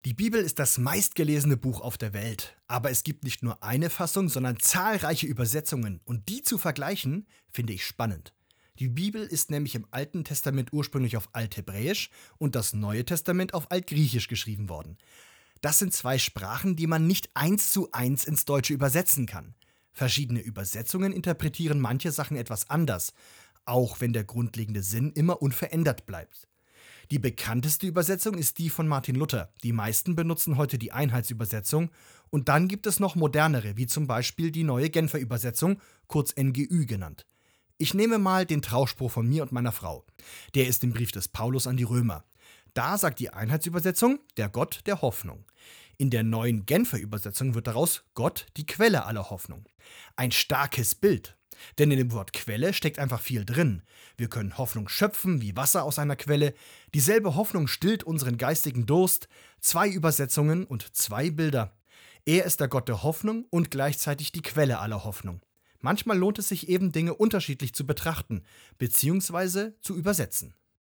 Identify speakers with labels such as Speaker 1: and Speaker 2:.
Speaker 1: Die Bibel ist das meistgelesene Buch auf der Welt. Aber es gibt nicht nur eine Fassung, sondern zahlreiche Übersetzungen. Und die zu vergleichen, finde ich spannend. Die Bibel ist nämlich im Alten Testament ursprünglich auf Althebräisch und das Neue Testament auf Altgriechisch geschrieben worden. Das sind zwei Sprachen, die man nicht eins zu eins ins Deutsche übersetzen kann. Verschiedene Übersetzungen interpretieren manche Sachen etwas anders, auch wenn der grundlegende Sinn immer unverändert bleibt. Die bekannteste Übersetzung ist die von Martin Luther. Die meisten benutzen heute die Einheitsübersetzung. Und dann gibt es noch modernere, wie zum Beispiel die neue Genfer Übersetzung, kurz NGÜ genannt. Ich nehme mal den Trauspruch von mir und meiner Frau. Der ist im Brief des Paulus an die Römer. Da sagt die Einheitsübersetzung, der Gott der Hoffnung. In der neuen Genfer Übersetzung wird daraus Gott die Quelle aller Hoffnung. Ein starkes Bild. Denn in dem Wort Quelle steckt einfach viel drin. Wir können Hoffnung schöpfen, wie Wasser aus einer Quelle. Dieselbe Hoffnung stillt unseren geistigen Durst. 2 Übersetzungen und 2 Bilder. Er ist der Gott der Hoffnung und gleichzeitig die Quelle aller Hoffnung. Manchmal lohnt es sich eben, Dinge unterschiedlich zu betrachten bzw. zu übersetzen.